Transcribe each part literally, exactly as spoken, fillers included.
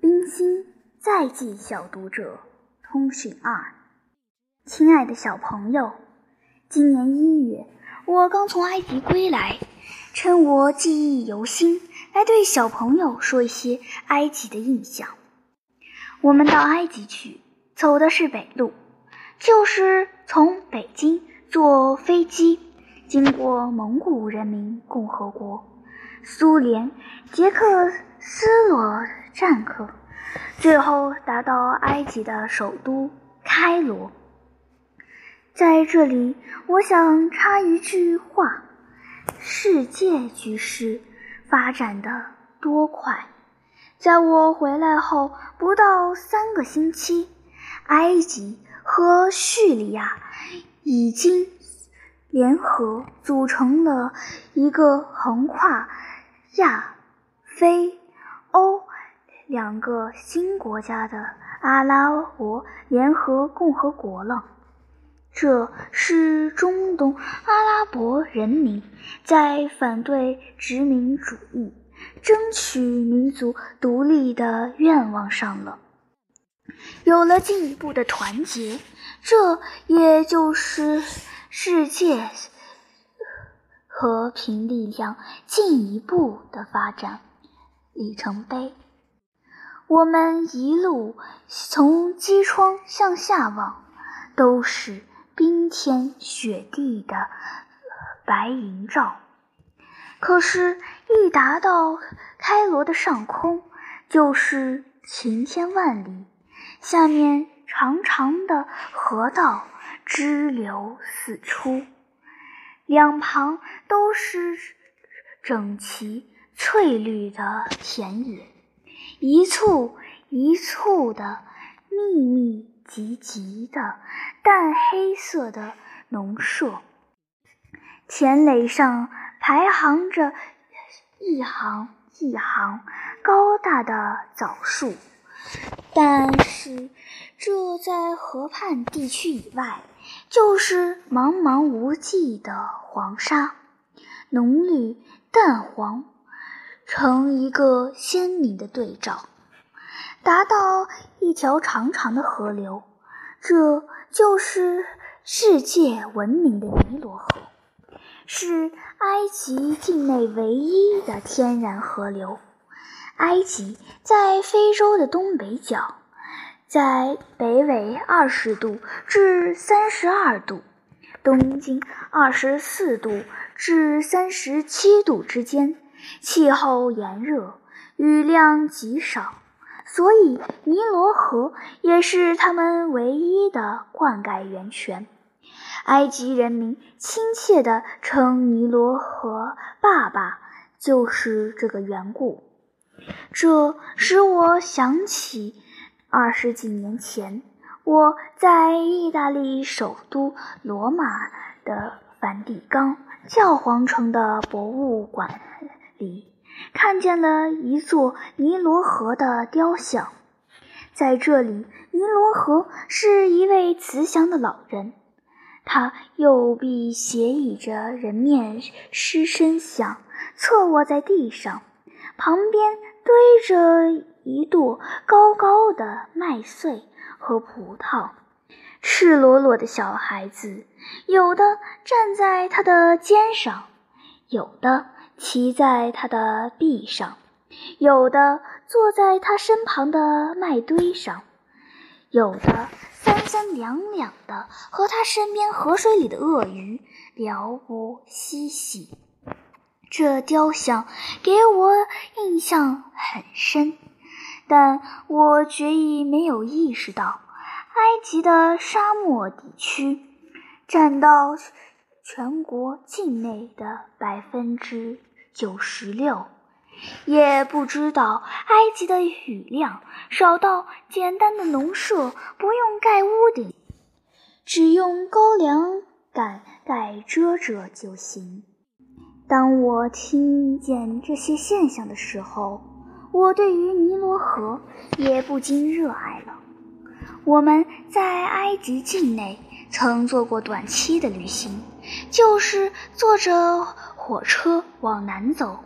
冰心再记小读者通讯二。亲爱的小朋友，今年一月，我刚从埃及归来，趁我记忆犹新，来对小朋友说一些埃及的印象。我们到埃及去，走的是北路，就是从北京坐飞机，经过蒙古人民共和国、苏联、捷克斯洛战克，最后达到埃及的首都开罗。在这里，我想插一句话：世界局势发展得多快！在我回来后不到三个星期，埃及和叙利亚已经联合组成了一个横跨亚、非、欧两个新国家的阿拉伯联合共和国了。这是中东阿拉伯人民在反对殖民主义、争取民族独立的愿望上了有了进一步的团结，这也就是世界和平力量进一步的发展里程碑。我们一路从机窗向下望，都是冰天雪地的白云罩，可是一达到开罗的上空，就是晴天万里，下面长长的河道支流四出，两旁都是整齐翠绿的田野，一簇一簇的密密集集的淡黑色的农舍，田垒上排行着一行一行高大的枣树，但是这在河畔地区以外，就是茫茫无际的黄沙，浓绿淡黄，成一个鲜明的对照，达到一条长长的河流，这就是世界闻名的尼罗河，是埃及境内唯一的天然河流。埃及在非洲的东北角，在北纬二十度至三十二度，东经二十四度至三十七度之间，气候炎热，雨量极少，所以尼罗河也是他们唯一的灌溉源泉。埃及人民亲切地称尼罗河爸爸，就是这个缘故。这使我想起二十几年前，我在意大利首都罗马的梵蒂冈教皇城的博物馆里，看见了一座尼罗河的雕像。在这里，尼罗河是一位慈祥的老人，他右臂斜倚着人面狮身像，侧卧在地上，旁边堆着一垛高高的麦穗和葡萄。赤裸裸的小孩子，有的站在他的肩上，有的骑在他的臂上，有的坐在他身旁的麦堆上，有的三三两两的和他身边河水里的鳄鱼撩拨嬉戏。这雕像给我印象很深，但我决意没有意识到，埃及的沙漠地区占到全国境内的百分之九十六，也不知道埃及的雨量少到简单的农舍不用盖屋顶，只用高粱杆盖遮遮就行。当我听见这些现象的时候，我对于尼罗河也不禁热爱了。我们在埃及境内曾做过短期的旅行，就是坐着火车往南走，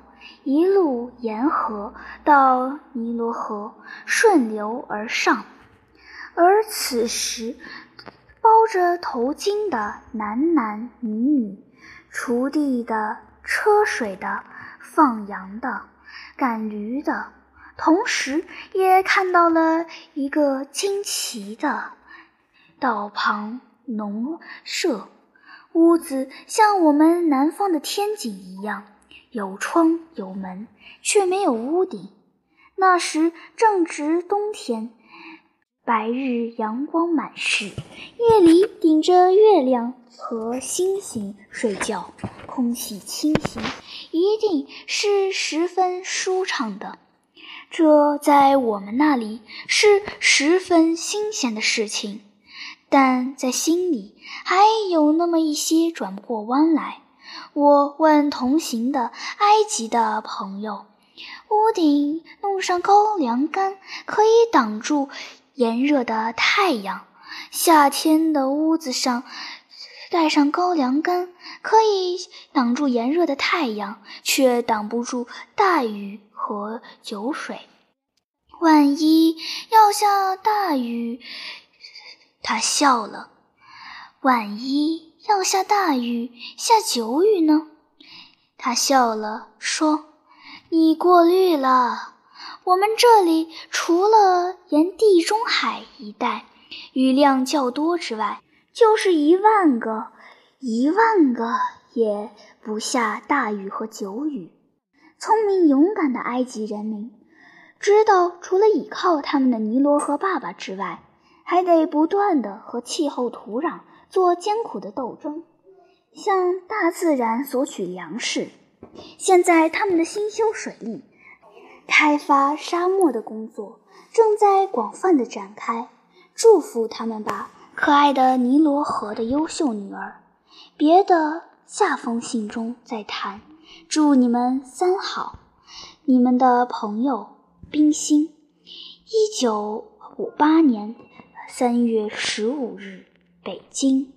一路沿河到尼罗河，顺流而上。而此时，包着头巾的男男女女，锄地的、车水的、放羊的、赶驴的，同时也看到了一个惊奇的道旁农舍。屋子像我们南方的天井一样，有窗有门，却没有屋顶。那时正值冬天，白日阳光满室，夜里顶着月亮和星星睡觉，空气清新，一定是十分舒畅的。这在我们那里是十分新鲜的事情，但在心里还有那么一些转不过弯来。我问同行的埃及的朋友，屋顶弄上高粱杆可以挡住炎热的太阳，夏天的屋子上盖上高粱杆可以挡住炎热的太阳，却挡不住大雨和酒水。万一要下大雨，他笑了。万一要下大雨，下酒雨呢？他笑了，说：你过虑了。我们这里除了沿地中海一带雨量较多之外，就是一万个一万个也不下大雨和酒雨。聪明勇敢的埃及人民知道，除了倚靠他们的尼罗河爸爸之外，还得不断地和气候土壤做艰苦的斗争，向大自然索取粮食。现在他们的兴修水利、开发沙漠的工作正在广泛地展开。祝福他们吧，可爱的尼罗河的优秀女儿。别的下封信中再谈。祝你们三好。你们的朋友冰心。一九五八年三月十五日，北京。